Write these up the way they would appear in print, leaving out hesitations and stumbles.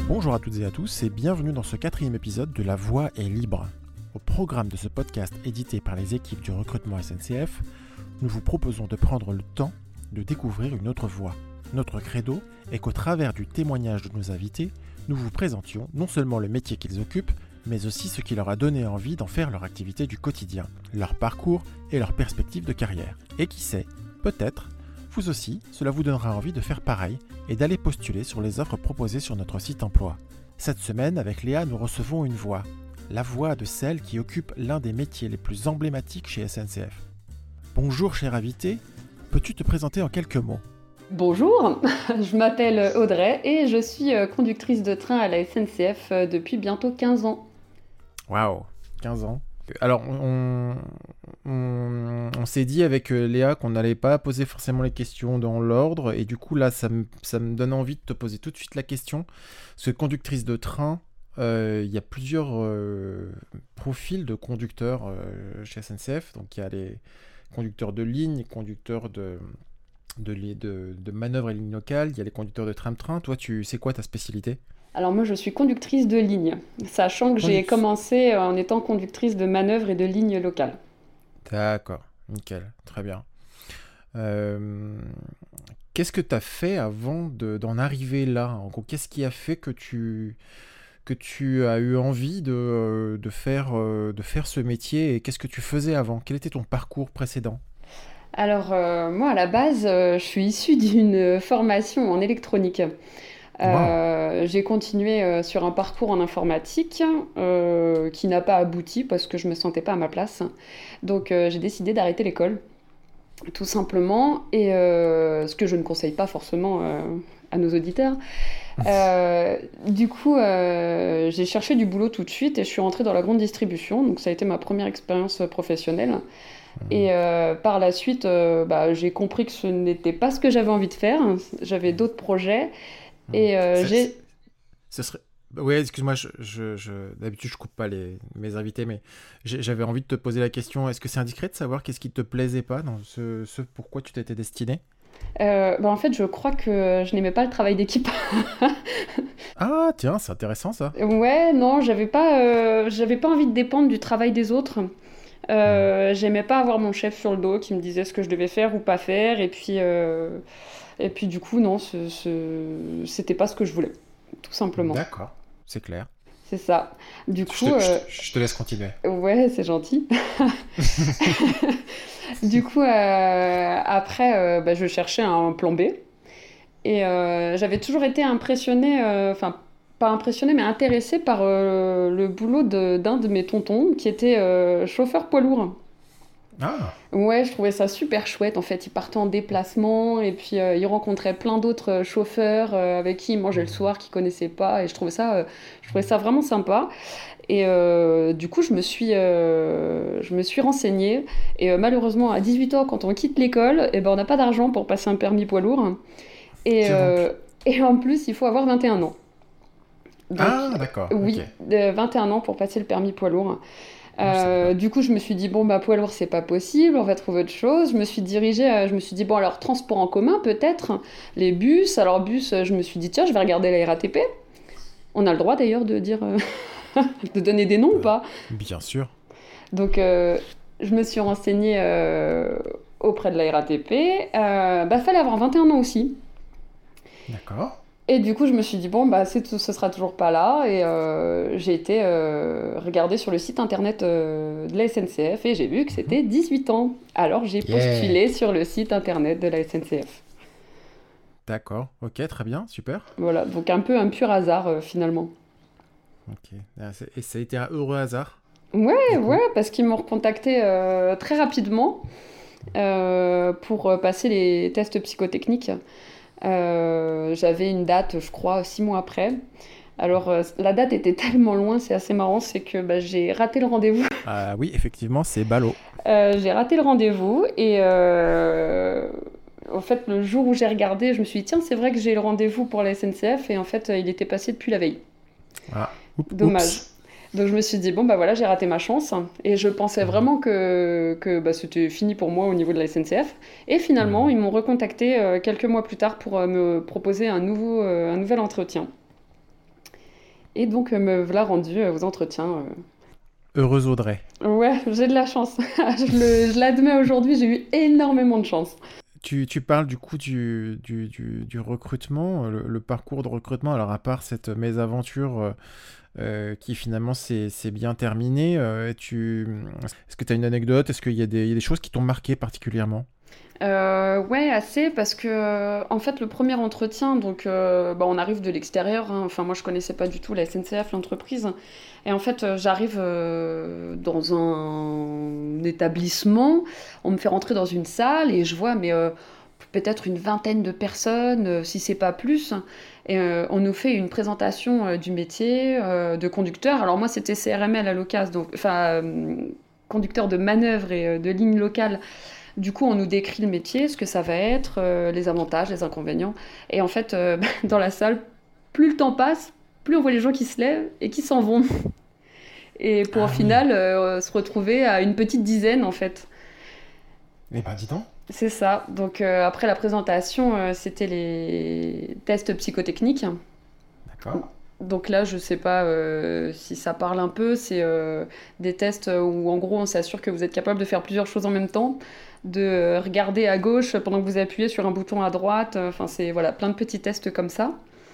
Bonjour à toutes et à tous et bienvenue dans ce 4e épisode de La Voix est libre. Au programme de ce podcast édité par les équipes du recrutement SNCF, nous vous proposons de prendre le temps de découvrir une autre voix. Notre credo est qu'au travers du témoignage de nos invités, nous vous présentions non seulement le métier qu'ils occupent, mais aussi ce qui leur a donné envie d'en faire leur activité du quotidien, leur parcours et leur perspective de carrière. Et qui sait, peut-être, vous aussi, cela vous donnera envie de faire pareil et d'aller postuler sur les offres proposées sur notre site emploi. Cette semaine, avec Léa, nous recevons une voix, la voix de celle qui occupe l'un des métiers les plus emblématiques chez SNCF. Bonjour cher invité, peux-tu te présenter en quelques mots ? Bonjour, je m'appelle Audrey et je suis conductrice de train à la SNCF depuis bientôt 15 ans. Waouh, 15 ans. Alors, on s'est dit avec Léa qu'on n'allait pas poser forcément les questions dans l'ordre, et du coup, là, ça me donne envie de te poser tout de suite la question. Parce que conductrice de train, il y a plusieurs profils de conducteurs chez SNCF. Donc, il y a les conducteurs de ligne, les conducteurs de manœuvre et ligne locale, il y a les conducteurs de tram-train. Toi, c'est quoi ta spécialité ? Alors moi je suis conductrice de ligne, sachant que j'ai commencé en étant conductrice de manœuvre et de ligne locale. D'accord, nickel, très bien. Qu'est-ce que tu as fait avant d'en arriver là ? En gros, qu'est-ce qui a fait que tu as eu envie de faire ce métier, et qu'est-ce que tu faisais avant ? Quel était ton parcours précédent ? Alors moi à la base je suis issue d'une formation en électronique. Wow. J'ai continué sur un parcours en informatique qui n'a pas abouti parce que je me sentais pas à ma place. Donc j'ai décidé d'arrêter l'école, tout simplement, et ce que je ne conseille pas forcément à nos auditeurs. Du coup, j'ai cherché du boulot tout de suite et je suis rentrée dans la grande distribution. Donc ça a été ma première expérience professionnelle. Et par la suite, j'ai compris que ce n'était pas ce que j'avais envie de faire. J'avais d'autres projets. Et ce serait... Oui, excuse-moi, d'habitude je coupe pas mes invités, mais j'avais envie de te poser la question, est-ce que c'est indiscret de savoir qu'est-ce qui te plaisait pas dans ce pourquoi tu t'étais destiné ? En fait, je crois que je n'aimais pas le travail d'équipe. Ah, tiens, c'est intéressant ça. Ouais, non, j'avais pas envie de dépendre du travail des autres. J'aimais pas avoir mon chef sur le dos qui me disait ce que je devais faire ou pas faire, et puis du coup, non, c'était pas ce que je voulais, tout simplement. D'accord, c'est clair. C'est ça. Du coup, je te laisse continuer. Ouais, c'est gentil. Du coup, après, je cherchais un plan B. Et j'avais toujours été impressionnée, enfin, pas impressionnée, mais intéressée par le boulot d'un de mes tontons, qui était chauffeur poids lourd. Ah. Ouais, je trouvais ça super chouette. En fait, il partait en déplacement et puis il rencontrait plein d'autres chauffeurs avec qui il mangeait le soir, qu'il connaissait pas. Et je trouvais ça vraiment sympa. Et du coup, je me suis renseignée. Et malheureusement, à 18 ans, quand on quitte l'école, on n'a pas d'argent pour passer un permis poids lourd. Et en plus, il faut avoir 21 ans. Donc, d'accord. Oui, okay. 21 ans pour passer le permis poids lourd. Du coup, je me suis dit, poids lourd, c'est pas possible, on va trouver autre chose. Je me suis dirigée, je me suis dit, alors, transport en commun, peut-être, les bus. Alors, bus, je me suis dit, tiens, je vais regarder la RATP. On a le droit, d'ailleurs, de dire, de donner des noms ou pas ? Bien sûr. Donc, je me suis renseignée auprès de la RATP. Fallait avoir 21 ans aussi. D'accord. Et du coup, je me suis dit, ce sera toujours pas là. Et j'ai été regarder sur le site internet de la SNCF et j'ai vu que c'était 18 ans. Alors, j'ai postulé sur le site internet de la SNCF. D'accord, ok, très bien, super. Voilà, donc un peu un pur hasard finalement. Ok, et ça a été un heureux hasard ? Ouais, parce qu'ils m'ont recontacté très rapidement pour passer les tests psychotechniques. J'avais une date, je crois, 6 mois après. Alors, la date était tellement loin, c'est assez marrant, c'est que j'ai raté le rendez-vous. Ah oui, effectivement, c'est ballot. J'ai raté le rendez-vous et en fait, le jour où j'ai regardé, je me suis dit, tiens, c'est vrai que j'ai le rendez-vous pour la SNCF et en fait, il était passé depuis la veille. Ah, dommage. Oups. Donc je me suis dit, voilà, j'ai raté ma chance. Et je pensais vraiment que c'était fini pour moi au niveau de la SNCF. Et finalement, ils m'ont recontacté quelques mois plus tard pour me proposer un nouvel entretien. Et donc, me voilà rendue aux entretiens. Heureuse Audrey. Ouais, j'ai de la chance. Je l'admets aujourd'hui, j'ai eu énormément de chance. Tu parles du coup du recrutement, le parcours de recrutement. Alors à part cette mésaventure qui finalement s'est bien terminée, est-ce que tu as une anecdote? Est-ce qu'il y a des choses qui t'ont marqué particulièrement? Ouais, assez, parce que en fait, le premier entretien, donc on arrive de l'extérieur, hein. Enfin, moi, je connaissais pas du tout la SNCF, l'entreprise. Et en fait, j'arrive dans un établissement, on me fait rentrer dans une salle et je vois, mais peut-être une vingtaine de personnes, si c'est pas plus. Et on nous fait une présentation du métier de conducteur. Alors moi, c'était CRML à l'occasion, donc enfin conducteur de manœuvre et de ligne locale. Du coup, on nous décrit le métier, ce que ça va être, les avantages, les inconvénients. Et en fait, dans la salle, plus le temps passe, plus on voit les gens qui se lèvent et qui s'en vont. Et pour au Ah oui. final se retrouver à une petite dizaine, en fait. Eh ben dis donc. C'est ça. Donc après la présentation, c'était les tests psychotechniques. D'accord. Donc là, je sais pas si ça parle un peu. C'est des tests où en gros on s'assure que vous êtes capable de faire plusieurs choses en même temps, de regarder à gauche pendant que vous appuyez sur un bouton à droite. Enfin, c'est voilà, plein de petits tests comme ça.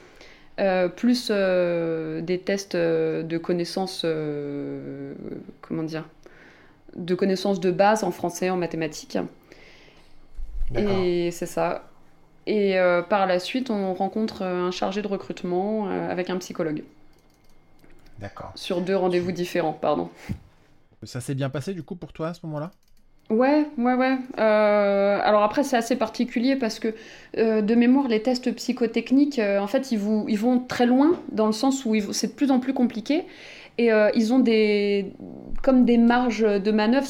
Plus des tests de connaissances, comment dire, de connaissances de base en français, en mathématiques. D'accord. Et c'est ça. Et par la suite, on rencontre un chargé de recrutement avec un psychologue. D'accord. Sur 2 rendez-vous Tu- différents, pardon. Ça s'est bien passé du coup pour toi à ce moment-là? Ouais, ouais, ouais. Alors après, c'est assez particulier parce que de mémoire, les tests psychotechniques, en fait, ils vont très loin dans le sens où c'est de plus en plus compliqué. Et ils ont comme des marges de manœuvre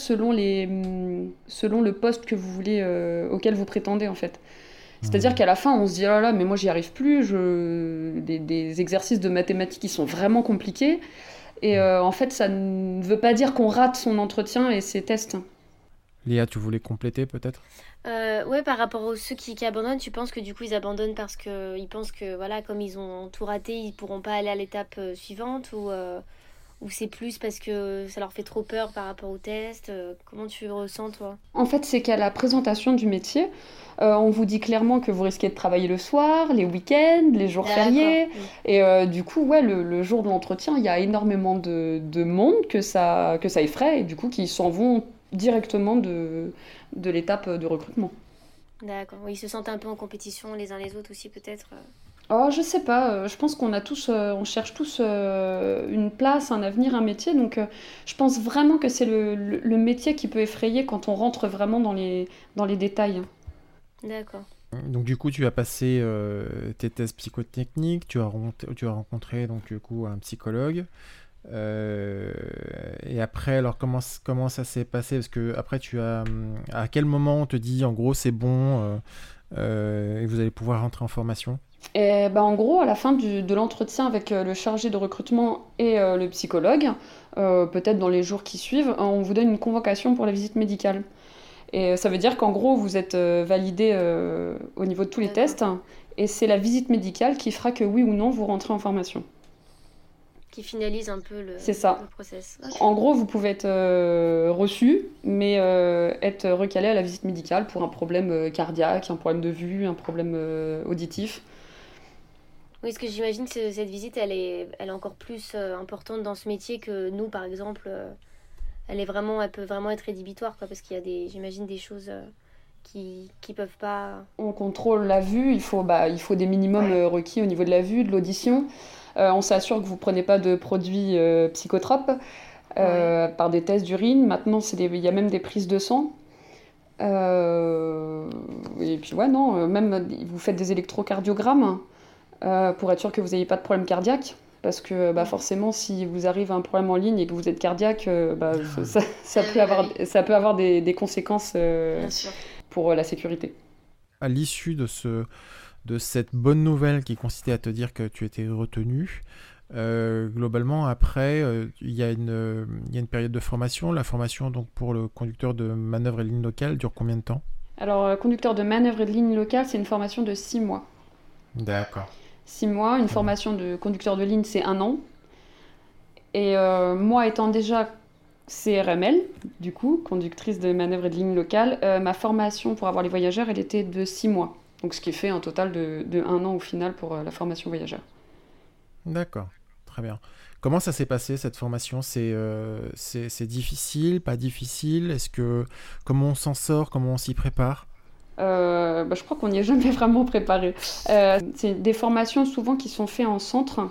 selon le poste que vous voulez, auquel vous prétendez, en fait. C'est-à-dire Hmm. qu'à la fin, on se dit, oh là là, mais moi, j'y arrive plus. Des exercices de mathématiques qui sont vraiment compliqués. Et en fait, ça ne veut pas dire qu'on rate son entretien et ses tests. Léa, tu voulais compléter peut-être? Ouais, par rapport aux ceux qui abandonnent, tu penses que du coup ils abandonnent parce que ils pensent que voilà, comme ils ont tout raté, ils pourront pas aller à l'étape suivante ou c'est plus parce que ça leur fait trop peur par rapport au test. Comment tu le ressens toi? En fait, c'est qu'à la présentation du métier, on vous dit clairement que vous risquez de travailler le soir, les week-ends, les jours D'accord. fériés. Et du coup, ouais, le jour de l'entretien, il y a énormément de monde que ça effraie et du coup, qui s'en vont directement de l'étape de recrutement. D'accord. Oui, ils se sentent un peu en compétition les uns les autres aussi peut-être. Oh, je sais pas, je pense qu'on a tous, on cherche tous une place, un avenir, un métier. Donc, je pense vraiment que c'est le métier qui peut effrayer quand on rentre vraiment dans les détails. D'accord. Donc du coup, tu as passé tes tests psychotechniques, tu as rencontré donc du coup un psychologue. Et après, alors comment ça s'est passé? Parce que après, à quel moment on te dit en gros c'est bon et vous allez pouvoir rentrer en formation? Et bah, en gros, à la fin de l'entretien avec le chargé de recrutement et le psychologue, peut-être dans les jours qui suivent, on vous donne une convocation pour la visite médicale. Et ça veut dire qu'en gros, vous êtes validé au niveau de tous les D'accord. tests, et c'est la visite médicale qui fera que oui ou non vous rentrez en formation. Qui finalise un peu C'est ça. le process. En gros, vous pouvez être reçu, mais être recalé à la visite médicale pour un problème cardiaque, un problème de vue, un problème auditif. Oui, parce que j'imagine que cette visite, elle est encore plus importante dans ce métier que nous, par exemple. Elle peut vraiment être rédhibitoire, quoi, parce qu'il y a j'imagine des choses qui peuvent pas. On contrôle la vue, il faut des minimums requis au niveau de la vue, de l'audition. On s'assure que vous ne prenez pas de produits psychotropes Ouais. par des tests d'urine. Maintenant, il y a même des prises de sang. Et puis ouais, non, même vous faites des électrocardiogrammes pour être sûr que vous n'ayez pas de problème cardiaque. Parce que bah, Mhm. forcément, si vous arrive un problème en ligne et que vous êtes cardiaque, bah, Ah oui, bah oui, ça peut avoir des conséquences bien sûr. pour la sécurité. À l'issue de cette bonne nouvelle qui consistait à te dire que tu étais retenu, globalement, après, il y a une période de formation. La formation donc, pour le conducteur de manœuvre et ligne locale dure combien de temps? Alors, conducteur de manœuvre et de ligne locale, c'est une formation de 6 mois. D'accord. 6 mois, une Très bien. formation de conducteur de ligne, c'est 1 an. Et moi, étant déjà CRML, du coup, conductrice de manœuvre et de ligne locale, ma formation pour avoir les voyageurs, elle était de 6 mois. Donc, ce qui fait un total de 1 an au final pour la formation voyageur. D'accord, très bien. Comment ça s'est passé cette formation? C'est difficile, pas difficile? Comment on s'en sort, comment on s'y prépare? Je crois qu'on n'y est jamais vraiment préparé. C'est des formations souvent qui sont faites en centre,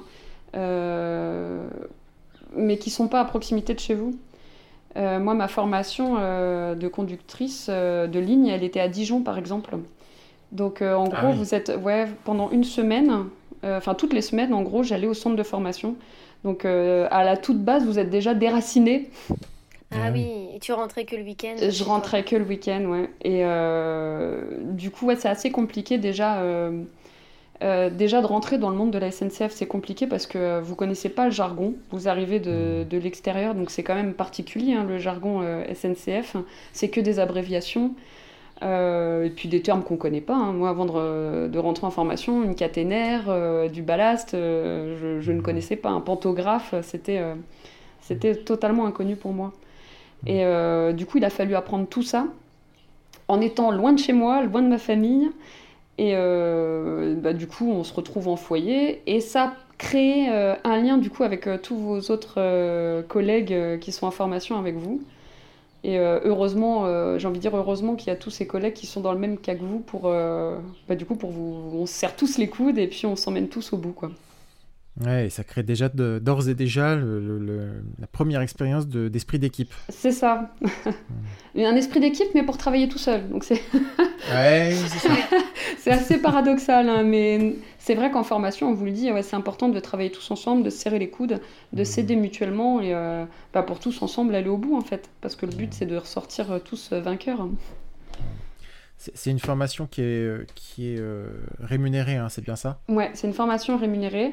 mais qui ne sont pas à proximité de chez vous. Moi, ma formation de conductrice de ligne, elle était à Dijon, par exemple. Donc, en Ah gros, oui. vous êtes pendant une semaine, enfin toutes les semaines, en gros, j'allais au centre de formation. Donc, à la toute base, vous êtes déjà déraciné. Ah oui, et tu rentrais que le week-end Je chez toi. rentrais que le week-end, ouais. Et du coup, c'est assez compliqué déjà. Déjà de rentrer dans le monde de la SNCF, c'est compliqué parce que vous connaissez pas le jargon. Vous arrivez de l'extérieur, donc c'est quand même particulier, hein, le jargon SNCF. C'est que des abréviations. Et puis des termes qu'on connaît pas, hein. Moi, avant de rentrer en formation, une caténaire, du ballast, je ne connaissais pas. Un pantographe, c'était totalement inconnu pour moi. Et du coup, il a fallu apprendre tout ça en étant loin de chez moi, loin de ma famille. Et du coup, on se retrouve en foyer. Et ça crée un lien du coup avec tous vos autres collègues qui sont en formation avec vous. Et heureusement, j'ai envie de dire heureusement qu'il y a tous ces collègues qui sont dans le même cas que vous du coup, pour vous, on se serre tous les coudes et puis on s'emmène tous au bout, quoi. Ouais, et ça crée déjà d'ores et déjà la première expérience d'esprit d'équipe. C'est ça. Un esprit d'équipe, mais pour travailler tout seul. Donc Ouais, c'est ça. c'est assez paradoxal, hein, mais c'est vrai qu'en formation, on vous le dit, ouais, c'est important de travailler tous ensemble, de se serrer les coudes, de s'aider mutuellement et pour tous ensemble aller au bout, en fait. Parce que le but, c'est de ressortir tous vainqueurs. C'est une formation qui est rémunérée, hein, c'est bien ça? Ouais, c'est une formation rémunérée.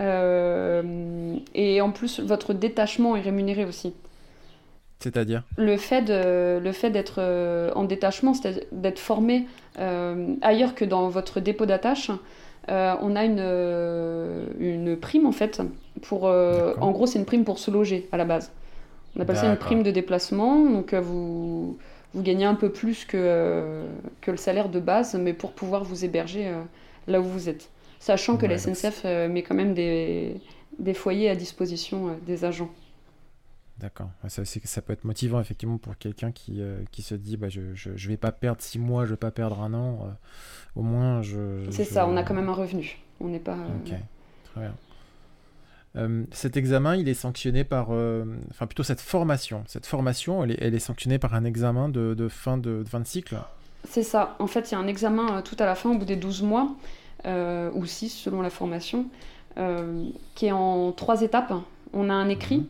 Et en plus, votre détachement est rémunéré aussi. C'est-à-dire? Le fait d'être en détachement, c'est d'être formé ailleurs que dans votre dépôt d'attache, on a une prime en fait. D'accord. En gros, c'est une prime pour se loger à la base. On appelle ça une D'accord. prime de déplacement. Donc vous gagnez un peu plus que le salaire de base, mais pour pouvoir vous héberger là où vous êtes. Sachant que la Ouais, donc SNCF met quand même des foyers à disposition des agents. d'accord. Ouais, ça peut être motivant effectivement pour quelqu'un qui se dit je vais pas perdre 6 mois, je vais pas perdre un an. Au moins C'est ça, on a quand même un revenu. On n'est pas. Ok, très bien. Cet examen, il est sanctionné par, enfin plutôt cette formation. Cette formation, elle est sanctionnée par un examen de fin de cycle. C'est ça. En fait, il y a un examen tout à la fin, au bout des 12 mois, ou 6 selon la formation, qui est en 3 étapes. On a un écrit.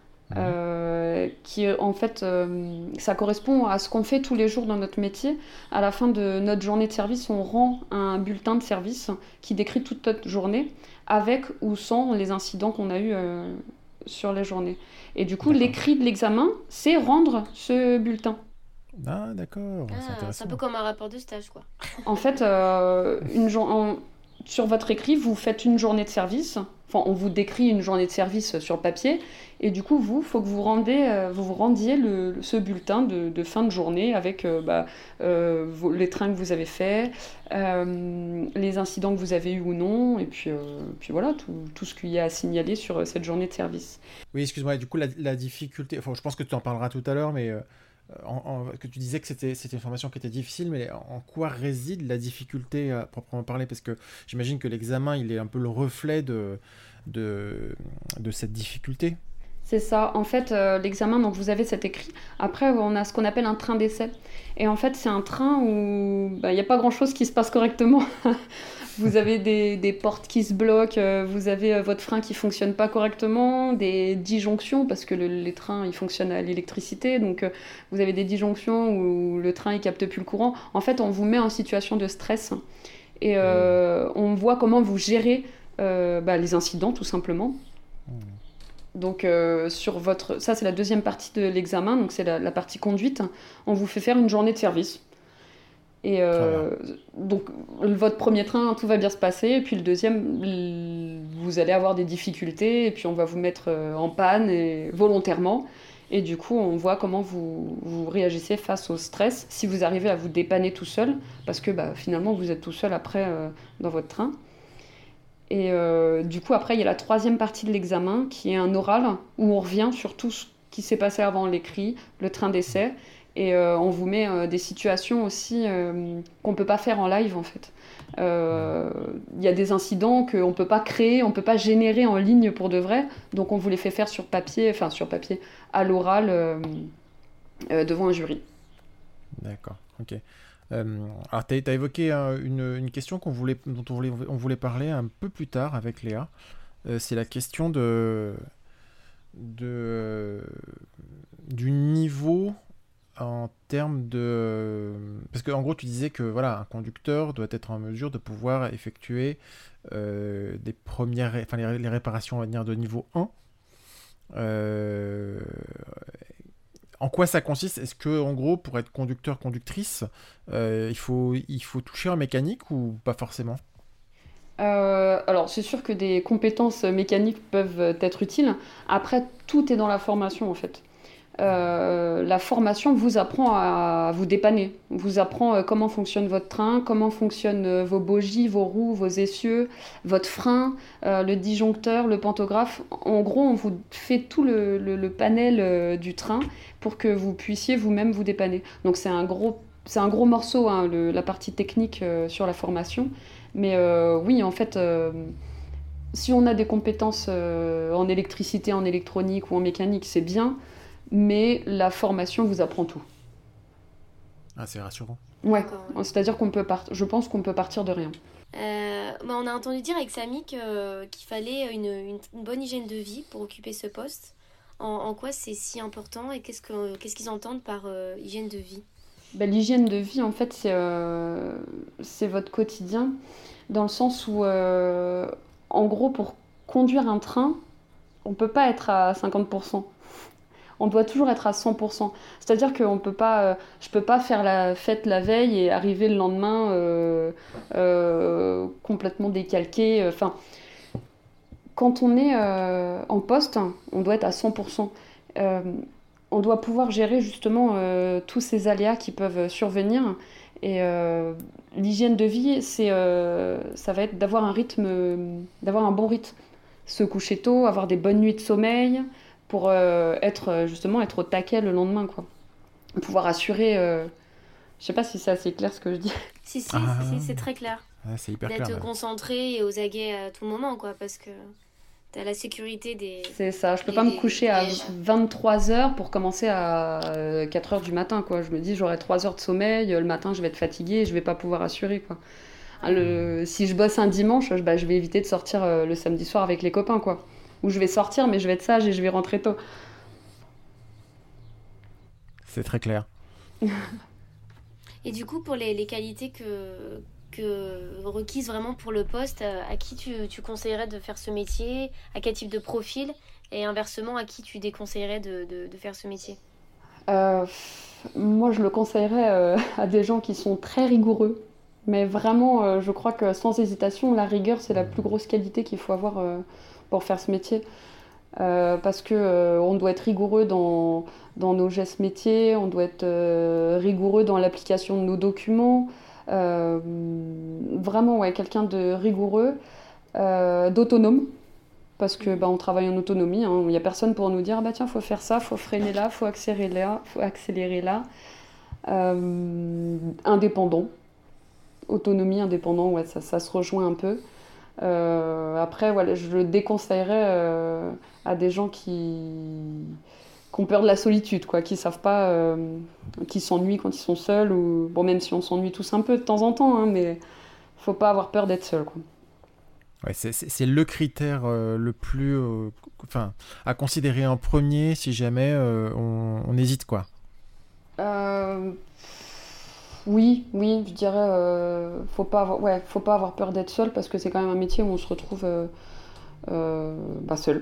Qui en fait ça correspond à ce qu'on fait tous les jours dans notre métier. À la fin de notre journée de service, on rend un bulletin de service qui décrit toute notre journée avec ou sans les incidents qu'on a eus sur la journée. Et du coup, D'accord. l'écrit de l'examen, c'est rendre ce bulletin. Ah d'accord, c'est Ah, c'est intéressant. un peu comme un rapport de stage, quoi. En fait, sur votre écrit, vous faites une journée de service. Enfin, on vous décrit une journée de service sur le papier. Et du coup, il faut que vous rendiez ce bulletin de fin de journée avec les trains que vous avez faits, les incidents que vous avez eus ou non, et puis voilà, tout ce qu'il y a à signaler sur cette journée de service. Oui, excuse-moi, du coup la difficulté, enfin, je pense que tu en parleras tout à l'heure, mais que tu disais que c'était une formation qui était difficile, mais en quoi réside la difficulté à proprement parler? Parce que j'imagine que l'examen, il est un peu le reflet de cette difficulté. C'est ça. En fait, l'examen, donc vous avez cet écrit. Après, on a ce qu'on appelle un train d'essai. Et en fait, c'est un train où il n'y a pas grand-chose qui se passe correctement. Vous avez des portes qui se bloquent, vous avez votre frein qui ne fonctionne pas correctement, des disjonctions, parce que les trains, ils fonctionnent à l'électricité. Donc, vous avez des disjonctions où le train, il capte plus le courant. En fait, on vous met en situation de stress. Et on voit comment vous gérez les incidents, tout simplement. Donc ça c'est la deuxième partie de l'examen, donc c'est la partie conduite. On vous fait faire une journée de service. Et Très bien. donc, votre premier train, tout va bien se passer. Et puis le deuxième, vous allez avoir des difficultés. Et puis on va vous mettre en panne et, volontairement. Et du coup, on voit comment vous réagissez face au stress. Si vous arrivez à vous dépanner tout seul, parce que finalement, vous êtes tout seul après dans votre train. Et du coup, après, il y a la troisième partie de l'examen, qui est un oral, où on revient sur tout ce qui s'est passé avant l'écrit, le train d'essai. Et on vous met des situations aussi qu'on ne peut pas faire en live, en fait. Il y a des incidents qu'on ne peut pas créer, on ne peut pas générer en ligne pour de vrai. Donc on vous les fait faire sur papier, à l'oral, devant un jury. D'accord, ok. Alors, tu as évoqué une question dont on voulait parler un peu plus tard avec Léa. C'est la question du niveau en termes de... Parce qu'en gros, tu disais que voilà, un conducteur doit être en mesure de pouvoir effectuer les réparations, on va dire, de niveau 1. En quoi ça consiste? Est-ce que, en gros, pour être conducteur, conductrice, il faut toucher en mécanique ou pas forcément? Alors, c'est sûr que des compétences mécaniques peuvent être utiles. Après, tout est dans la formation, en fait. La formation vous apprend à vous dépanner, vous apprend comment fonctionne votre train, comment fonctionnent vos bogies, vos roues, vos essieux, votre frein, le disjoncteur, le pantographe. En gros, on vous fait tout le panel du train pour que vous puissiez vous-même vous dépanner. Donc c'est un gros morceau, hein, la partie technique sur la formation. Mais oui, en fait, si on a des compétences en électricité, en électronique ou en mécanique, c'est bien. Mais la formation vous apprend tout. Ah, c'est rassurant. Ouais, D'accord, ouais. c'est-à-dire je pense qu'on peut partir de rien. On a entendu dire avec Samy qu'il fallait une bonne hygiène de vie pour occuper ce poste. En quoi c'est si important et qu'est-ce qu'ils entendent par hygiène de vie? L'hygiène de vie, en fait, c'est votre quotidien, dans le sens où, en gros, pour conduire un train, on ne peut pas être à 50%. On doit toujours être à 100%. C'est-à-dire que je peux pas faire la fête la veille et arriver le lendemain complètement décalqué. Enfin, quand on est en poste, on doit être à 100%. Euh, on doit pouvoir gérer justement tous ces aléas qui peuvent survenir. Et l'hygiène de vie, ça va être d'avoir d'avoir un bon rythme. Se coucher tôt, avoir des bonnes nuits de sommeil pour être au taquet le lendemain, quoi. Pouvoir assurer. Je sais pas si c'est assez clair ce que je dis. Si, Ah, c'est très clair. c'est hyper clair. D'être Même. concentré et aux aguets à tout moment, quoi, parce que t'as la sécurité des... C'est ça. Je peux pas me coucher à 23h pour commencer à 4h du matin, quoi. Je me dis, j'aurai 3 heures de sommeil, le matin je vais être fatiguée et je vais pas pouvoir assurer, quoi. Si je bosse un dimanche, je vais éviter de sortir le samedi soir avec les copains, quoi. Ou je vais sortir, mais je vais être sage et je vais rentrer tôt. C'est très clair. Et du coup, pour les qualités requises vraiment pour le poste, à qui tu conseillerais de faire ce métier? À quel type de profil? Et inversement, à qui tu déconseillerais de faire ce métier? Moi, je le conseillerais à des gens qui sont très rigoureux. Mais vraiment, je crois que sans hésitation, la rigueur, c'est la plus grosse qualité qu'il faut avoir pour faire ce métier. Parce que on doit être rigoureux dans nos gestes métiers, on doit être rigoureux dans l'application de nos documents. Vraiment, ouais, quelqu'un de rigoureux, d'autonome. Parce que on travaille en autonomie, hein. Il n'y a personne pour nous dire tiens, faut faire ça, faut freiner là, faut accélérer là. Indépendant. Autonomie, indépendant, ouais, ça se rejoint un peu. Après, voilà, je le déconseillerais à des gens qui ont peur de la solitude, quoi, qui savent pas, qui s'ennuient quand ils sont seuls, ou bon, même si on s'ennuie tous un peu de temps en temps, hein, mais faut pas avoir peur d'être seul, quoi. Ouais, c'est le critère le plus à considérer en premier si jamais on hésite, quoi. Oui, je dirais, faut pas avoir peur d'être seul parce que c'est quand même un métier où on se retrouve seul.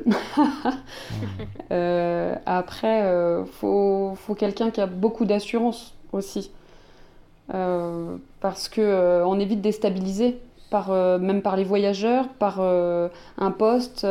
Après, faut quelqu'un qui a beaucoup d'assurance aussi. parce que on est vite déstabilisé même par les voyageurs, par un poste,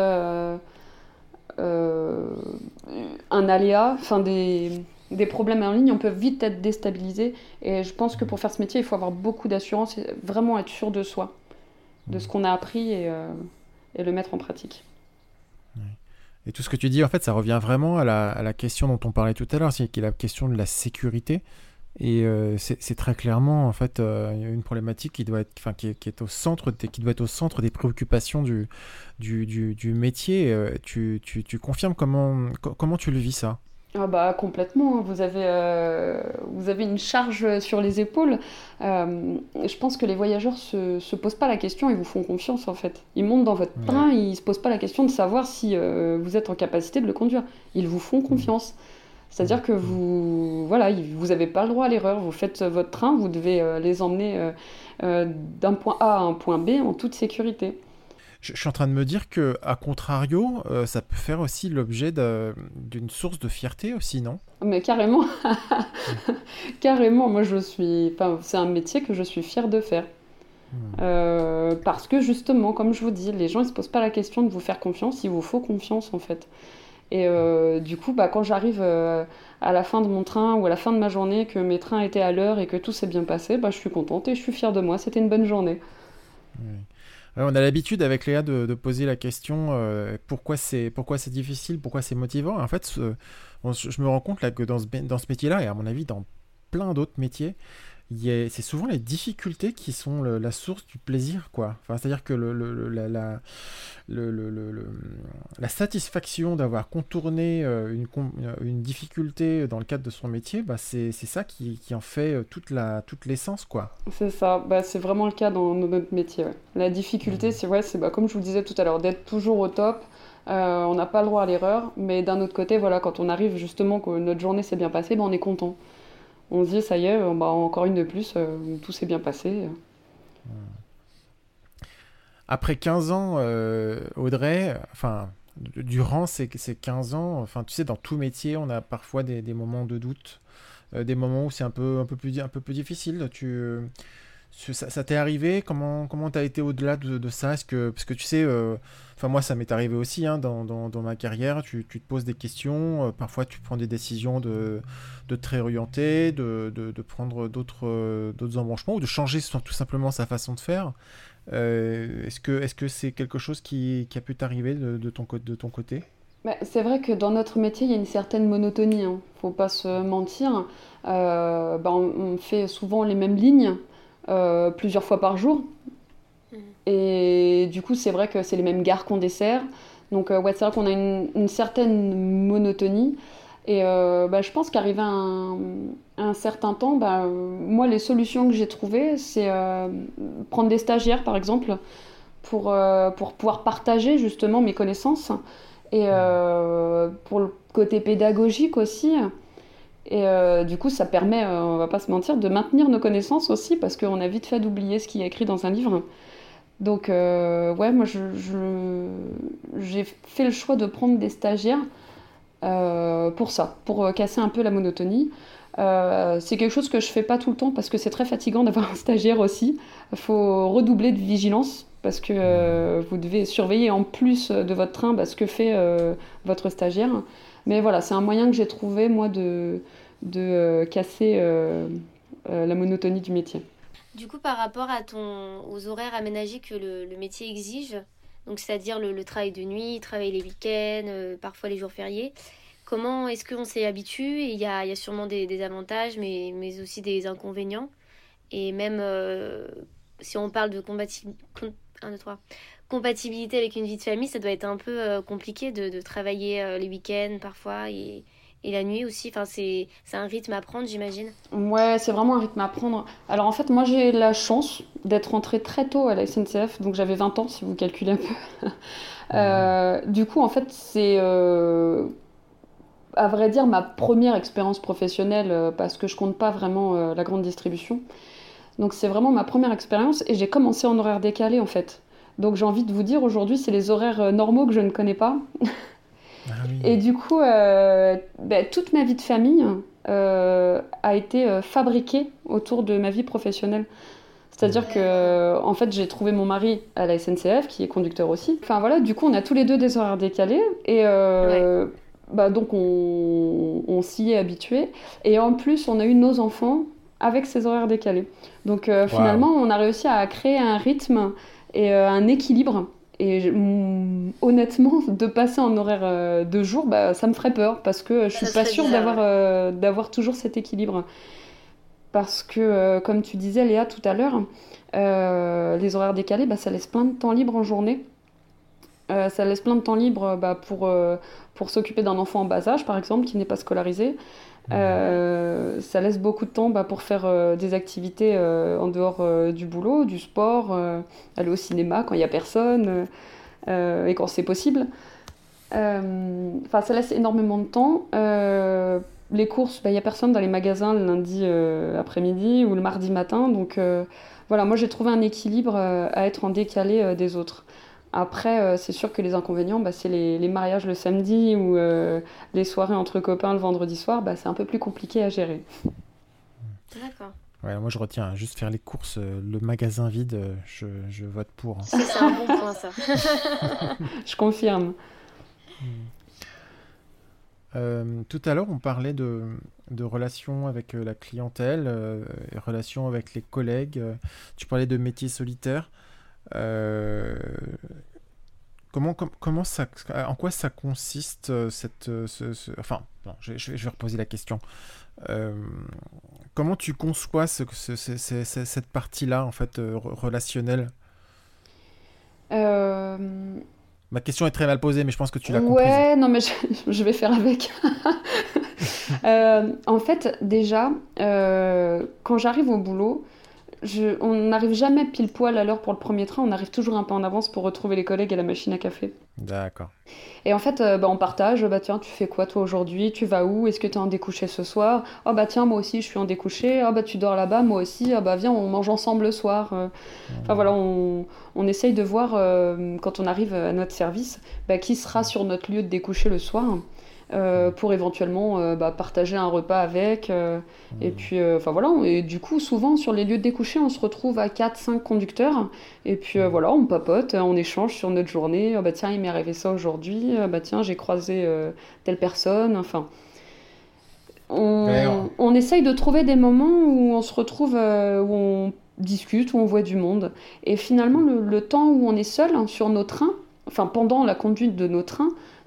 un aléa, enfin des problèmes en ligne, on peut vite être déstabilisé. Et je pense que pour faire ce métier, il faut avoir beaucoup d'assurance et vraiment être sûr de soi, de ce qu'on a appris et le mettre en pratique. Et tout ce que tu dis, en fait, ça revient vraiment à la question dont on parlait tout à l'heure, qui est la question de la sécurité. Et c'est très clairement, en fait, une problématique qui doit être, enfin, qui est au centre, qui doit être au centre des préoccupations du métier. Tu confirmes comment tu le vis, ça? Ah bah complètement, vous avez une charge sur les épaules. Je pense que les voyageurs se posent pas la question, ils vous font confiance en fait. Ils montent dans votre train, ils se posent pas la question de savoir si vous êtes en capacité de le conduire. Ils vous font confiance. C'est-à-dire que vous avez pas le droit à l'erreur, vous faites votre train, vous devez les emmener d'un point A à un point B en toute sécurité. Je suis en train de me dire que, à contrario, ça peut faire aussi l'objet d'une source de fierté aussi, non? Mais carrément, carrément, moi c'est un métier que je suis fière de faire. Parce que justement, comme je vous dis, les gens ils se posent pas la question de vous faire confiance, il vous faut confiance en fait. Et du coup, quand j'arrive à la fin de mon train ou à la fin de ma journée, que mes trains étaient à l'heure et que tout s'est bien passé, je suis contente et je suis fière de moi, c'était une bonne journée. Oui. Alors, on a l'habitude avec Léa de poser la question pourquoi c'est difficile, pourquoi c'est motivant. Et en fait, je me rends compte là, que dans ce métier-là, et à mon avis dans plein d'autres métiers, c'est souvent les difficultés qui sont la source du plaisir, quoi. Enfin, c'est-à-dire que la satisfaction d'avoir contourné une difficulté dans le cadre de son métier, c'est ça qui en fait toute l'essence, quoi. C'est ça, c'est vraiment le cas dans notre métier. Ouais. La difficulté, c'est comme je vous le disais tout à l'heure, d'être toujours au top. On n'a pas le droit à l'erreur, mais d'un autre côté, voilà, quand on arrive justement que notre journée s'est bien passée, on est content. On se dit, ça y est, encore une de plus, tout s'est bien passé. Après 15 ans, Audrey, enfin, durant ces 15 ans, enfin, tu sais, dans tout métier, on a parfois des moments de doute, des moments où c'est un peu plus difficile. Ça t'est arrivé? Comment t'as été au-delà de ça? Parce que tu sais, moi ça m'est arrivé aussi dans ma carrière, tu te poses des questions, parfois tu prends des décisions de te réorienter, de prendre d'autres embranchements ou de changer tout simplement sa façon de faire. Est-ce que c'est quelque chose qui a pu t'arriver de ton côté? C'est vrai que dans notre métier, il y a une certaine monotonie, hein. Faut pas se mentir. On fait souvent les mêmes lignes. Plusieurs fois par jour. Et du coup, c'est vrai que c'est les mêmes gares qu'on dessert. Donc, c'est vrai qu'on a une certaine monotonie. Et je pense qu'arrivé à un certain temps, moi, les solutions que j'ai trouvées, c'est prendre des stagiaires, par exemple, pour pouvoir partager justement mes connaissances. Et pour le côté pédagogique aussi. Et du coup, ça permet, on va pas se mentir, de maintenir nos connaissances aussi, parce qu'on a vite fait d'oublier ce qui est écrit dans un livre. Donc, moi, j'ai fait le choix de prendre des stagiaires pour ça, pour casser un peu la monotonie. C'est quelque chose que je fais pas tout le temps, parce que c'est très fatigant d'avoir un stagiaire aussi. Il faut redoubler de vigilance, parce que vous devez surveiller en plus de votre train ce que fait votre stagiaire. Mais voilà, c'est un moyen que j'ai trouvé, moi, de casser la monotonie du métier. Du coup, par rapport aux horaires aménagés que le métier exige, donc c'est-à-dire le travail de nuit, travailler les week-ends, parfois les jours fériés, comment est-ce qu'on s'y habitue? Et il y a sûrement des avantages, mais aussi des inconvénients. Et même si on parle de compatibilité avec une vie de famille, ça doit être un peu compliqué de travailler les week-ends parfois et la nuit aussi. Enfin, c'est un rythme à prendre, j'imagine. Ouais, c'est vraiment un rythme à prendre. Alors en fait, moi j'ai la chance d'être rentrée très tôt à la SNCF, donc j'avais 20 ans si vous calculez un peu. Du coup, en fait, c'est à vrai dire ma première expérience professionnelle parce que je compte pas vraiment la grande distribution. Donc c'est vraiment ma première expérience et j'ai commencé en horaire décalé en fait. Donc j'ai envie de vous dire, aujourd'hui, c'est les horaires normaux que je ne connais pas. Ah oui. Et du coup, toute ma vie de famille, a été fabriquée autour de ma vie professionnelle. C'est-à-dire que, en fait, j'ai trouvé mon mari à la SNCF, qui est conducteur aussi. Enfin voilà, du coup, on a tous les deux des horaires décalés. Et donc, on s'y est habitué. Et en plus, on a eu nos enfants avec ces horaires décalés. Donc, finalement, on a réussi à créer un rythme et un équilibre. Et honnêtement, de passer en horaire de jour, ça me ferait peur. Parce que je suis pas sûre d'avoir toujours cet équilibre. Parce que, comme tu disais, Léa, tout à l'heure, les horaires décalés, ça laisse plein de temps libre en journée. Ça laisse plein de temps libre pour s'occuper d'un enfant en bas âge, par exemple, qui n'est pas scolarisé. Ça laisse beaucoup de temps pour faire des activités en dehors du boulot, du sport, aller au cinéma quand il n'y a personne et quand c'est possible. Ça laisse énormément de temps. Les courses, il n'y a personne dans les magasins le lundi après-midi ou le mardi matin. Donc voilà, moi j'ai trouvé un équilibre à être en décalé des autres. Après, c'est sûr que les inconvénients, c'est les mariages le samedi ou les soirées entre copains le vendredi soir, c'est un peu plus compliqué à gérer. D'accord. Ouais, moi je retiens, juste faire les courses, le magasin vide, je vote pour. Hein. C'est un bon point ça. Je confirme. Tout à l'heure, on parlait de relations avec la clientèle, relations avec les collègues. Tu parlais de métier solitaire. Comment ça, en quoi ça consiste enfin, non, je vais reposer la question. Comment tu conçois cette partie-là en fait relationnelle? Ma question est très mal posée, mais je pense que tu l'as comprise. Ouais, non, mais je vais faire avec. En fait, déjà, quand j'arrive au boulot, on n'arrive jamais pile poil à l'heure pour le premier train, on arrive toujours un peu en avance pour retrouver les collègues à la machine à café. D'accord. Et en fait, on partage, tiens, tu fais quoi toi aujourd'hui? Tu vas où? Est-ce que tu es en découché ce soir? Tiens, moi aussi je suis en découché. Tu dors là-bas, moi aussi. Viens, on mange ensemble le soir. Enfin voilà, on essaye de voir quand on arrive à notre service, qui sera sur notre lieu de découché le soir. Pour éventuellement partager un repas avec. Et puis, voilà. Et du coup, souvent, sur les lieux de découché, on se retrouve à 4-5 conducteurs. Et puis, voilà, on papote, on échange sur notre journée. Tiens, il m'est arrivé ça aujourd'hui. Tiens, j'ai croisé telle personne. Enfin, on essaye de trouver des moments où on se retrouve, où on discute, où on voit du monde. Et finalement, le temps où on est seul sur nos trains, enfin, pendant la conduite de nos trains,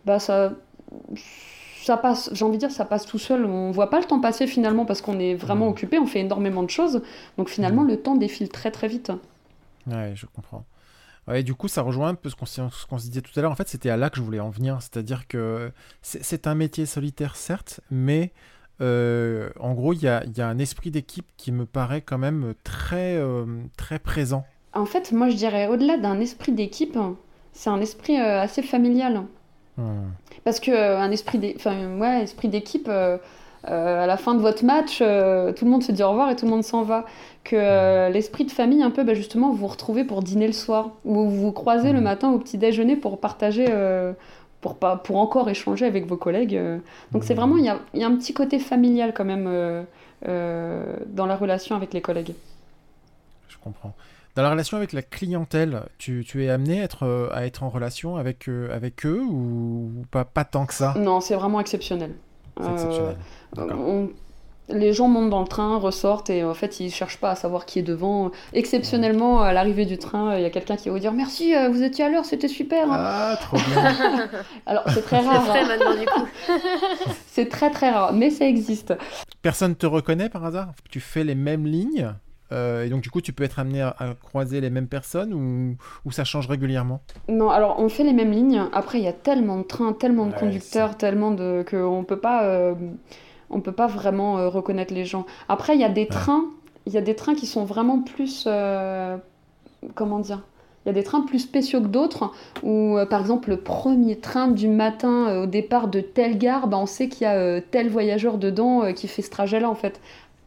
ça passe, j'ai envie de dire, ça passe tout seul. On voit pas le temps passer finalement parce qu'on est vraiment occupé, on fait énormément de choses. Donc finalement, le temps défile très très vite. Ouais, je comprends. Ouais, du coup, ça rejoint un peu ce qu'on se disait tout à l'heure. En fait, c'était à là que je voulais en venir. C'est-à-dire que c'est un métier solitaire, certes, mais en gros, il y a un esprit d'équipe qui me paraît quand même très, très présent. En fait, moi, je dirais, au-delà d'un esprit d'équipe, c'est un esprit assez familial. Parce que un esprit d'équipe, à la fin de votre match, tout le monde se dit au revoir et tout le monde s'en va. Que l'esprit de famille, un peu, justement, vous vous retrouvez pour dîner le soir, ou vous vous croisez le matin au petit déjeuner pour partager, pour encore échanger avec vos collègues. Donc c'est vraiment, il y a un petit côté familial quand même dans la relation avec les collègues. Je comprends. Dans la relation avec la clientèle, tu es amené à être en relation avec eux ou pas tant que ça? Non, c'est vraiment exceptionnel. C'est exceptionnel. Les gens montent dans le train, ressortent et en fait ils cherchent pas à savoir qui est devant. Exceptionnellement, à l'arrivée du train, il y a quelqu'un qui va vous dire merci, vous étiez à l'heure, c'était super. Ah, trop bien. Alors c'est très rare. C'est vrai maintenant du coup. C'est très très rare, mais ça existe. Personne te reconnaît par hasard? Tu fais les mêmes lignes? Et donc du coup tu peux être amené à croiser les mêmes personnes ou ça change régulièrement? Non, alors on fait les mêmes lignes. Après il y a tellement de trains, tellement de conducteurs, tellement de qu'on peut pas vraiment reconnaître les gens. Après il y a des trains qui sont vraiment plus comment dire? Il y a des trains plus spéciaux que d'autres où par exemple le premier train du matin au départ de telle gare, on sait qu'il y a tel voyageur dedans qui fait ce trajet-là en fait.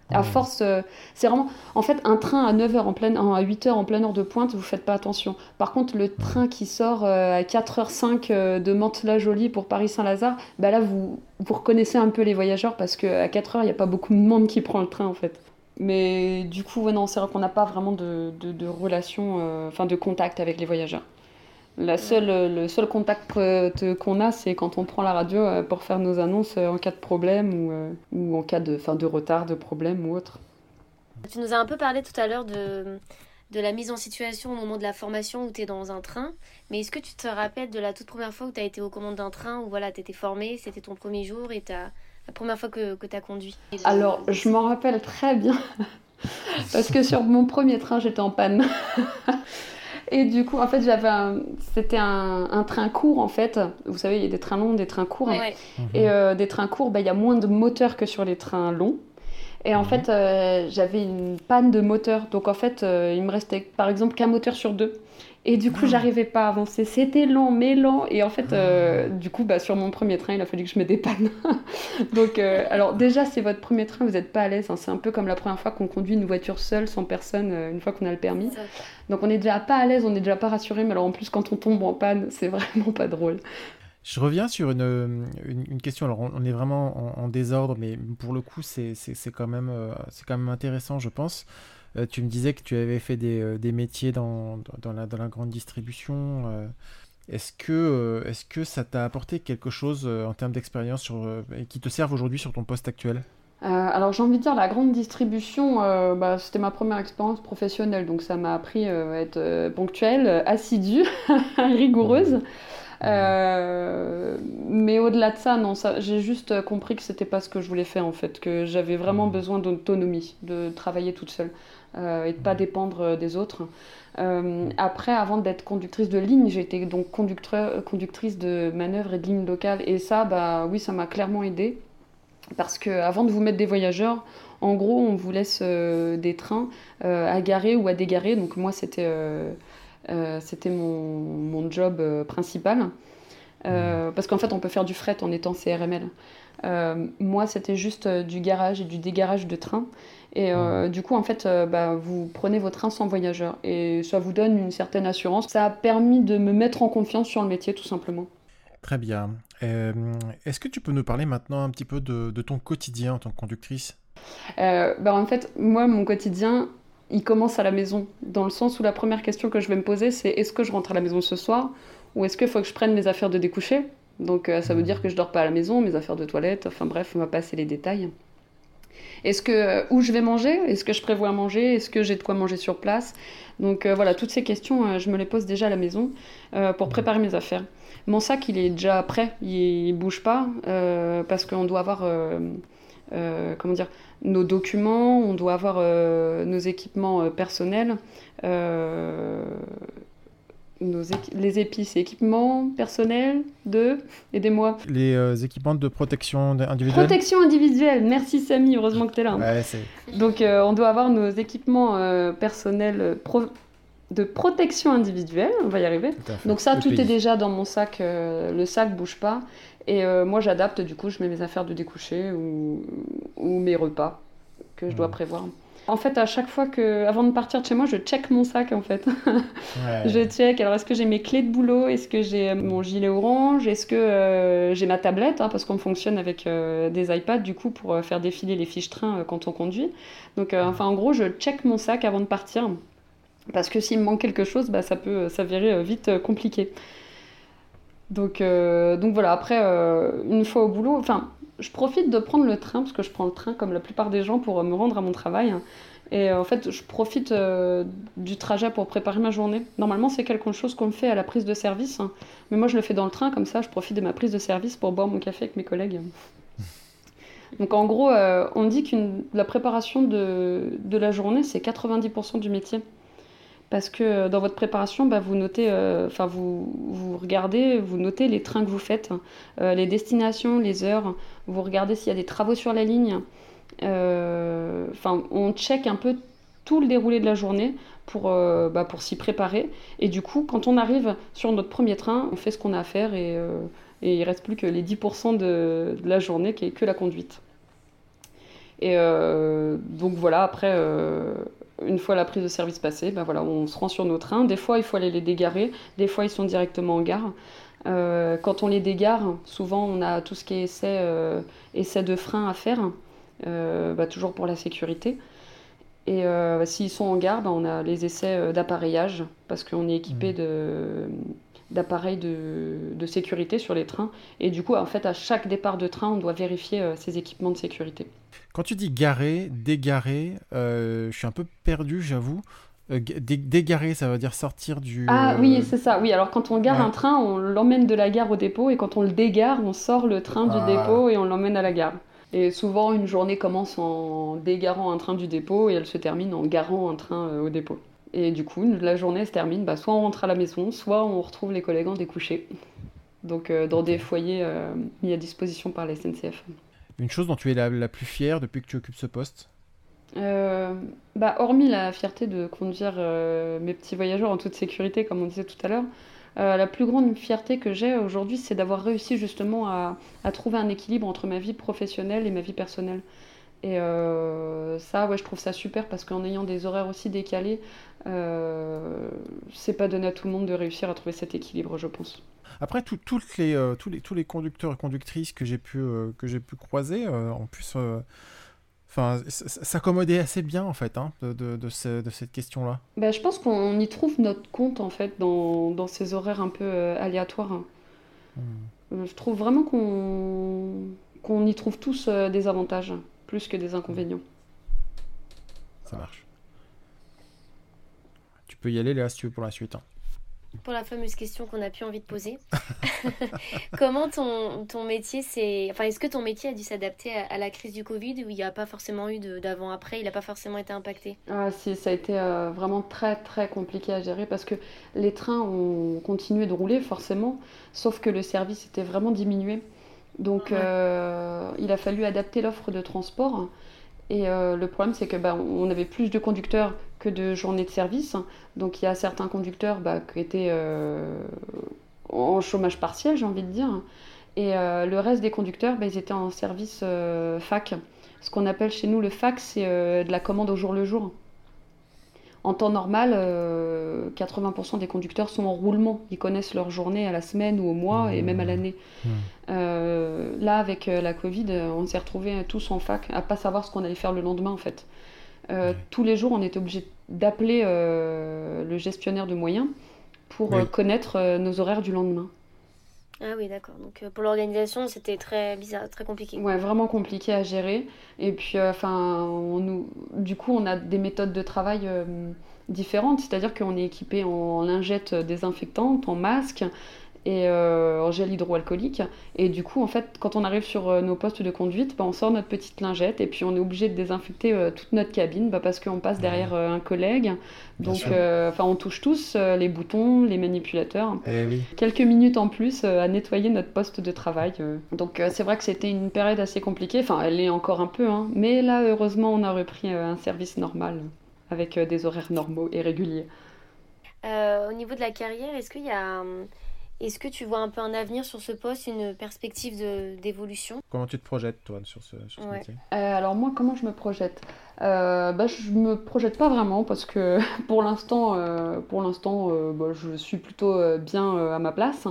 À force, c'est vraiment... En fait, un train à 9h à 8h en pleine heure de pointe, vous faites pas attention. Par contre, le train qui sort à 4h05 de Mantes-la-Jolie pour Paris-Saint-Lazare, bah là, vous reconnaissez un peu les voyageurs parce qu'à 4h, il n'y a pas beaucoup de monde qui prend le train, en fait. Mais du coup, ouais, non, c'est vrai qu'on n'a pas vraiment de relation, enfin de contact avec les voyageurs. Le seul contact qu'on a, c'est quand on prend la radio pour faire nos annonces en cas de problème ou en cas de retard, de problème ou autre. Tu nous as un peu parlé tout à l'heure de la mise en situation au moment de la formation où tu es dans un train. Mais est-ce que tu te rappelles de la toute première fois où tu as été aux commandes d'un train, où voilà, tu étais formée, c'était ton premier jour et la première fois que tu as conduit? Alors, je m'en rappelle très bien parce que sur mon premier train, j'étais en panne. Et du coup, en fait, c'était un train court, en fait. Vous savez, il y a des trains longs, des trains courts. Ouais. Et des trains courts, il y a moins de moteurs que sur les trains longs. Et en fait, j'avais une panne de moteur. Donc, en fait, il me restait, par exemple, qu'un moteur sur 2. Et du coup, j'arrivais pas à avancer. C'était lent, mais lent. Et en fait, du coup, sur mon premier train, il a fallu que je me dépanne. Donc, alors déjà, c'est votre premier train, vous n'êtes pas à l'aise. Hein. C'est un peu comme la première fois qu'on conduit une voiture seule, sans personne, une fois qu'on a le permis. Donc, on n'est déjà pas à l'aise, on n'est déjà pas rassuré. Mais alors, en plus, quand on tombe en panne, c'est vraiment pas drôle. Je reviens sur une question. Alors, on est vraiment en désordre, mais pour le coup, c'est quand même intéressant, je pense. Tu me disais que tu avais fait des métiers dans la grande distribution. Est-ce que ça t'a apporté quelque chose en termes d'expérience et qui te servent aujourd'hui sur ton poste actuel? Alors j'ai envie de dire la grande distribution, c'était ma première expérience professionnelle, donc ça m'a appris à être ponctuelle, assidue, rigoureuse. Mais au-delà de ça, non, j'ai juste compris que c'était pas ce que je voulais faire en fait, que j'avais vraiment besoin d'autonomie, de travailler toute seule et de pas dépendre des autres. Après, avant d'être conductrice de ligne, j'ai été donc conductrice de manœuvres et de lignes locales, et ça, oui, ça m'a clairement aidée. Parce qu'avant de vous mettre des voyageurs, en gros, on vous laisse des trains à garer ou à dégarer. Donc moi, c'était mon job principal. Parce qu'en fait, on peut faire du fret en étant CRML. Moi, c'était juste du garage et du dégarage de trains. Et du coup, en fait, vous prenez vos trains sans voyageurs. Et ça vous donne une certaine assurance. Ça a permis de me mettre en confiance sur le métier, tout simplement. Très bien. Est-ce que tu peux nous parler maintenant un petit peu de ton quotidien en tant que conductrice? En fait, moi, mon quotidien, il commence à la maison. Dans le sens où la première question que je vais me poser, c'est est-ce que je rentre à la maison ce soir? Ou est-ce qu'il faut que je prenne mes affaires de découcher? Donc ça veut dire que je dors pas à la maison, mes affaires de toilette, enfin bref, on va passer les détails. Où je vais manger? Est-ce que je prévois à manger? Est-ce que j'ai de quoi manger sur place? Donc voilà, toutes ces questions, je me les pose déjà à la maison pour préparer mes affaires. Mon sac, il est déjà prêt, il bouge pas, parce qu'on doit avoir nos documents, on doit avoir nos équipements personnels, les épices, équipements personnels aidez-moi. Les équipements de protection individuelle. Protection individuelle, merci Samy, heureusement que tu es là. Ouais, Donc on doit avoir nos équipements personnels de protection individuelle, on va y arriver. Donc ça, tout est déjà dans mon sac, le sac bouge pas. Et moi j'adapte, du coup je mets mes affaires de découcher ou mes repas que je dois prévoir. En fait, à chaque fois avant de partir de chez moi, je check mon sac en fait. Ouais. Je check, alors est-ce que j'ai mes clés de boulot? Est-ce que j'ai mon gilet orange? Est-ce que j'ai ma tablette, parce qu'on fonctionne avec des iPads du coup pour faire défiler les fiches train quand on conduit. Donc en gros, je check mon sac avant de partir. Parce que s'il me manque quelque chose, ça peut s'avérer vite compliqué. Donc voilà, après, une fois au boulot, je profite de prendre le train, parce que je prends le train comme la plupart des gens pour me rendre à mon travail. Et en fait, je profite du trajet pour préparer ma journée. Normalement, c'est quelque chose qu'on fait à la prise de service. Mais moi, je le fais dans le train, comme ça, je profite de ma prise de service pour boire mon café avec mes collègues. Donc en gros, on dit que la préparation de la journée, c'est 90% du métier. Parce que dans votre préparation, vous notez, vous regardez, vous notez les trains que vous faites, les destinations, les heures, vous regardez s'il y a des travaux sur la ligne. On check un peu tout le déroulé de la journée pour s'y préparer. Et du coup, quand on arrive sur notre premier train, on fait ce qu'on a à faire et il ne reste plus que les 10% de la journée qui est que la conduite. Et donc voilà, après, une fois la prise de service passée, ben voilà, on se rend sur nos trains. Des fois, il faut aller les dégarer, des fois, ils sont directement en gare. Quand on les dégare, souvent, on a tout ce qui est essai de frein à faire, toujours pour la sécurité. Et s'ils sont en gare, on a les essais d'appareillage, parce qu'on est équipé d'appareils de sécurité sur les trains. Et du coup, en fait, à chaque départ de train, on doit vérifier ces équipements de sécurité. Quand tu dis garer, dégarer, je suis un peu perdu, j'avoue. Dégarer, ça veut dire sortir du... Ah oui, c'est ça. Oui, alors quand on gare un train, on l'emmène de la gare au dépôt, et quand on le dégare, on sort le train du dépôt et on l'emmène à la gare. Et souvent, une journée commence en dégarant un train du dépôt et elle se termine en garant un train au dépôt. Et du coup, la journée se termine, soit on rentre à la maison, soit on retrouve les collègues en découché. Donc dans des foyers mis à disposition par la SNCF. Une chose dont tu es la plus fière depuis que tu occupes ce poste ? Hormis la fierté de conduire mes petits voyageurs en toute sécurité, comme on disait tout à l'heure, la plus grande fierté que j'ai aujourd'hui, c'est d'avoir réussi justement à trouver un équilibre entre ma vie professionnelle et ma vie personnelle. Et ça, ouais, je trouve ça super parce qu'en ayant des horaires aussi décalés, c'est pas donné à tout le monde de réussir à trouver cet équilibre, je pense. Après, tous les conducteurs et conductrices que j'ai pu croiser, en plus, s'accommodaient assez bien, en fait, de cette question-là. Je pense qu'on y trouve notre compte, en fait, dans ces horaires un peu aléatoires. Je trouve vraiment qu'on y trouve tous des avantages, plus que des inconvénients. Ça marche. Tu peux y aller, Léa, si tu veux, pour la suite. Pour la fameuse question qu'on n'a plus envie de poser. Comment ton métier est-ce que ton métier a dû s'adapter à la crise du Covid où il n'y a pas forcément eu d'avant-après, il n'a pas forcément été impacté? Ah si, ça a été vraiment très très compliqué à gérer parce que les trains ont continué de rouler forcément, sauf que le service était vraiment diminué. Donc il a fallu adapter l'offre de transport. Et le problème, c'est que on avait plus de conducteurs que de journées de service. Donc il y a certains conducteurs qui étaient en chômage partiel, j'ai envie de dire. Et le reste des conducteurs, ils étaient en service fac. Ce qu'on appelle chez nous le fac, c'est de la commande au jour le jour. En temps normal, 80% des conducteurs sont en roulement. Ils connaissent leur journée à la semaine ou au mois et même à l'année. Là, avec la Covid, on s'est retrouvés tous en fac à pas savoir ce qu'on allait faire le lendemain en fait. Tous les jours, on était obligé d'appeler le gestionnaire de moyens pour connaître nos horaires du lendemain. Ah oui, d'accord. Donc pour l'organisation, c'était très bizarre, très compliqué. Ouais, vraiment compliqué à gérer. Et puis, du coup, on a des méthodes de travail différentes. C'est-à-dire qu'on est équipé en lingettes désinfectantes, en masques et en gel hydroalcoolique. Et du coup, en fait, quand on arrive sur nos postes de conduite, on sort notre petite lingette et puis on est obligé de désinfecter toute notre cabine parce qu'on passe derrière un collègue. Donc, on touche tous les boutons, les manipulateurs. Oui. Quelques minutes en plus à nettoyer notre poste de travail. Donc, c'est vrai que c'était une période assez compliquée. Enfin, elle l'est encore un peu, mais là, heureusement, on a repris un service normal avec des horaires normaux et réguliers. Au niveau de la carrière, est-ce que tu vois un peu un avenir sur ce poste, une perspective d'évolution? Comment tu te projettes, toi, sur ce métier? Alors moi, comment je me projette? Je me projette pas vraiment parce que pour l'instant, je suis plutôt bien à ma place.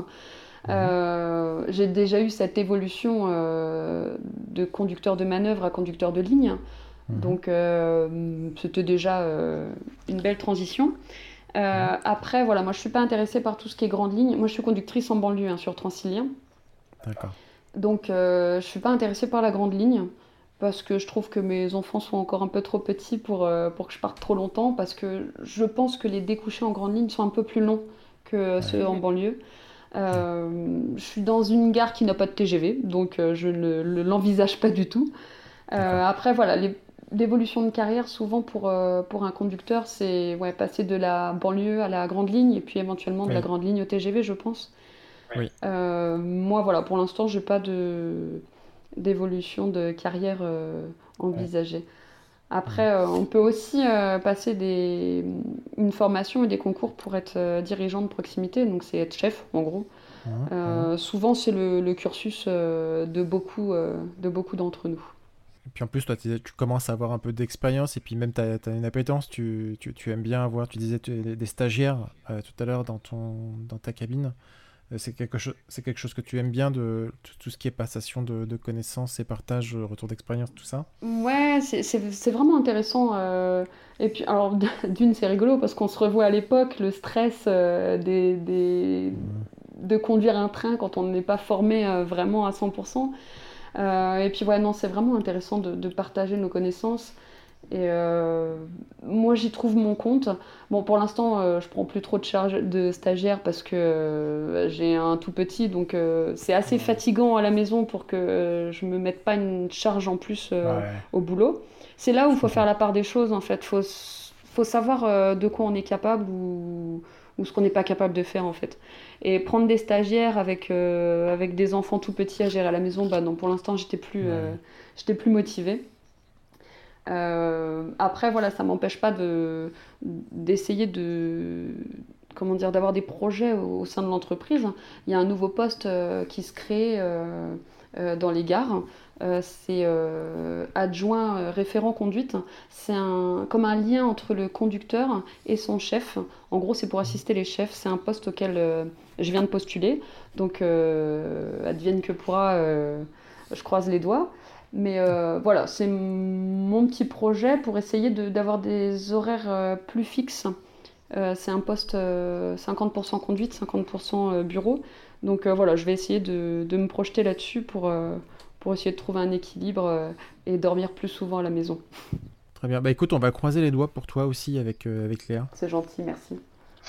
J'ai déjà eu cette évolution de conducteur de manœuvre à conducteur de ligne. Donc c'était déjà une belle transition. Après, voilà, moi je suis pas intéressée par tout ce qui est grande ligne. Moi je suis conductrice en banlieue sur Transilien. D'accord. Donc je suis pas intéressée par la grande ligne parce que je trouve que mes enfants sont encore un peu trop petits pour que je parte trop longtemps parce que je pense que les découchés en grande ligne sont un peu plus longs que ceux en banlieue. Je suis dans une gare qui n'a pas de TGV, donc je ne l'envisage pas du tout. Après, voilà, l'évolution de carrière, souvent pour un conducteur, c'est passer de la banlieue à la grande ligne et puis éventuellement de la grande ligne au TGV, je pense. Oui. Moi, voilà, pour l'instant, j'ai pas d'évolution de carrière envisagée. Après, on peut aussi passer une formation et des concours pour être dirigeant de proximité, donc c'est être chef, en gros. Souvent, c'est le cursus de beaucoup d'entre nous. Et puis en plus, toi, tu commences à avoir un peu d'expérience et puis même tu as une appétence. Tu aimes bien avoir, tu disais, des stagiaires tout à l'heure dans ta cabine. C'est quelque chose que tu aimes bien, de tout ce qui est passation de connaissances et partage, retour d'expérience, tout ça? Ouais, c'est vraiment intéressant. Et puis, alors, d'une, c'est rigolo parce qu'on se revoit à l'époque, le stress Mhm. de conduire un train quand on n'est pas formé vraiment à 100%. Et puis, ouais, non, c'est vraiment intéressant de partager nos connaissances. Et moi, j'y trouve mon compte. Bon, pour l'instant, je prends plus trop de charges de stagiaires parce que j'ai un tout petit, donc c'est assez Mhm. fatigant à la maison pour que je me mette pas une charge en plus Ouais, au boulot. C'est là où il je faut faire comprends. la part des choses, en fait. Faut savoir de quoi on est capable ou ce qu'on n'est pas capable de faire, en fait. Et prendre des stagiaires avec des enfants tout petits à gérer à la maison, bah non, pour l'instant, Ouais. j'étais plus motivée. Après, voilà, ça m'empêche pas d'essayer comment dire, d'avoir des projets au sein de l'entreprise. Il y a un nouveau poste qui se crée dans les gares. C'est adjoint référent conduite. C'est comme un lien entre le conducteur et son chef. En gros, c'est pour assister les chefs. C'est un poste auquel je viens de postuler. Donc, advienne que pourra, je croise les doigts. Mais voilà, c'est mon petit projet pour essayer d'avoir des horaires plus fixes. C'est un poste 50% conduite, 50% bureau. Donc voilà, je vais essayer de me projeter là-dessus pour essayer de trouver un équilibre et dormir plus souvent à la maison. Très bien. Bah écoute, on va croiser les doigts pour toi aussi avec Léa. C'est gentil, merci.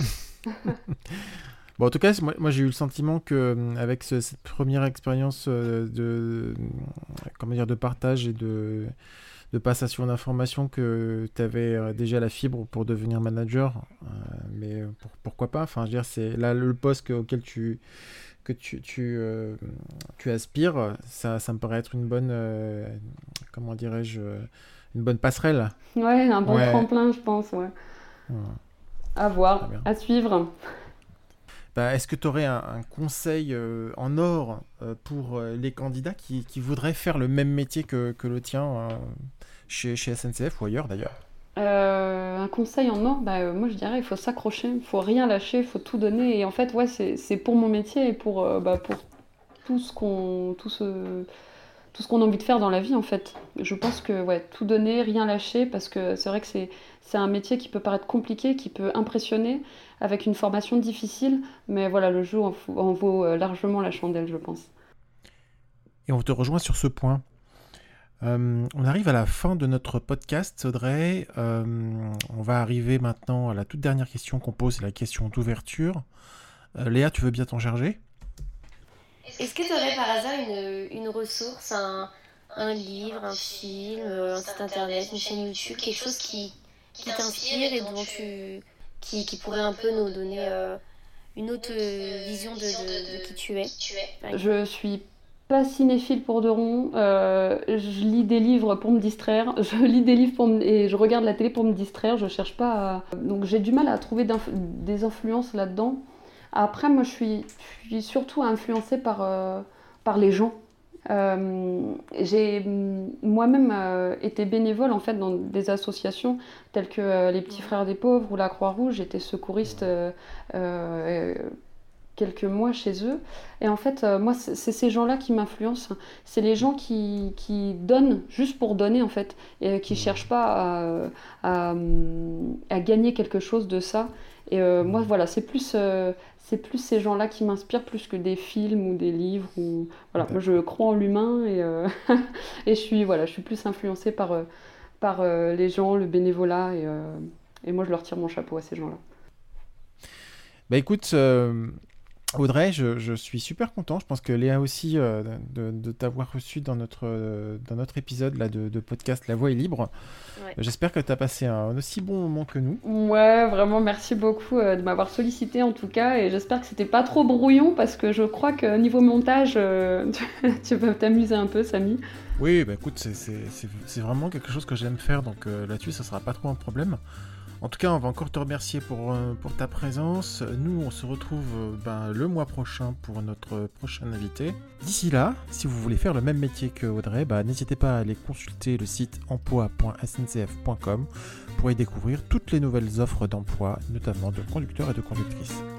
Bon, en tout cas, moi j'ai eu le sentiment que avec cette première expérience comment dire, de partage et de passation d'informations, que tu avais déjà la fibre pour devenir manager. Mais pourquoi pas? Enfin, je veux dire, c'est là le poste auquel tu aspires. Ça me paraît être une bonne, comment dirais-je, une bonne passerelle. Ouais, un bon Ouais. tremplin, je pense, ouais. Ouais, À très voir, bien. à suivre. Bah, est-ce que tu aurais un conseil en or pour les candidats qui voudraient faire le même métier que le tien chez SNCF ou ailleurs d'ailleurs? Un conseil en or, bah, moi je dirais il faut s'accrocher, il faut rien lâcher, il faut tout donner. Et en fait, ouais, c'est pour mon métier et pour tout ce qu'on a envie de faire dans la vie en fait. Je pense que ouais, tout donner, rien lâcher, parce que c'est vrai que c'est un métier qui peut paraître compliqué, qui peut impressionner, avec une formation difficile, mais voilà, le jeu en vaut largement la chandelle, je pense. Et on te rejoint sur ce point. On arrive à la fin de notre podcast, Audrey. On va arriver maintenant à la toute dernière question qu'on pose, c'est la question d'ouverture. Léa, tu veux bien t'en charger? Est-ce que tu aurais par hasard une ressource, un livre, un film, un site internet, une chaîne YouTube, quelque chose qui t'inspire et qui pourrait un peu nous donner une autre vision de qui tu es, par exemple. Je suis pas cinéphile pour de rond. Je lis des livres pour me distraire. Je lis des livres et je regarde la télé pour me distraire. Je cherche pas Donc j'ai du mal à trouver des influences là-dedans. Après, moi, je suis surtout influencée par les gens. J'ai moi-même été bénévole en fait dans des associations telles que les Petits Frères des Pauvres ou la Croix-Rouge. J'étais secouriste euh, quelques mois chez eux. Et en fait, moi, c'est ces gens-là qui m'influencent. C'est les gens qui donnent juste pour donner, en fait, et qui ne cherchent pas à gagner quelque chose de ça. Et moi, voilà, c'est plus ces gens-là qui m'inspirent plus que des films ou des livres. Voilà, moi, je crois en l'humain et, et voilà, je suis plus influencée par les gens, le bénévolat. Et moi, je leur tire mon chapeau à ces gens-là. Bah écoute, Audrey, je suis super content. Je pense que Léa aussi de t'avoir reçu dans notre épisode là, de podcast La Voix est libre. Ouais. J'espère que tu as passé un aussi bon moment que nous. Ouais, vraiment, merci beaucoup de m'avoir sollicité en tout cas. Et j'espère que c'était pas trop brouillon parce que je crois que niveau montage, tu vas t'amuser un peu, Samy. Oui, bah écoute, c'est vraiment quelque chose que j'aime faire, donc là-dessus, ça sera pas trop un problème. En tout cas, on va encore te remercier pour ta présence. Nous, on se retrouve le mois prochain pour notre prochain invité. D'ici là, si vous voulez faire le même métier que Audrey, n'hésitez pas à aller consulter le site emploi.sncf.com pour y découvrir toutes les nouvelles offres d'emploi, notamment de conducteurs et de conductrices.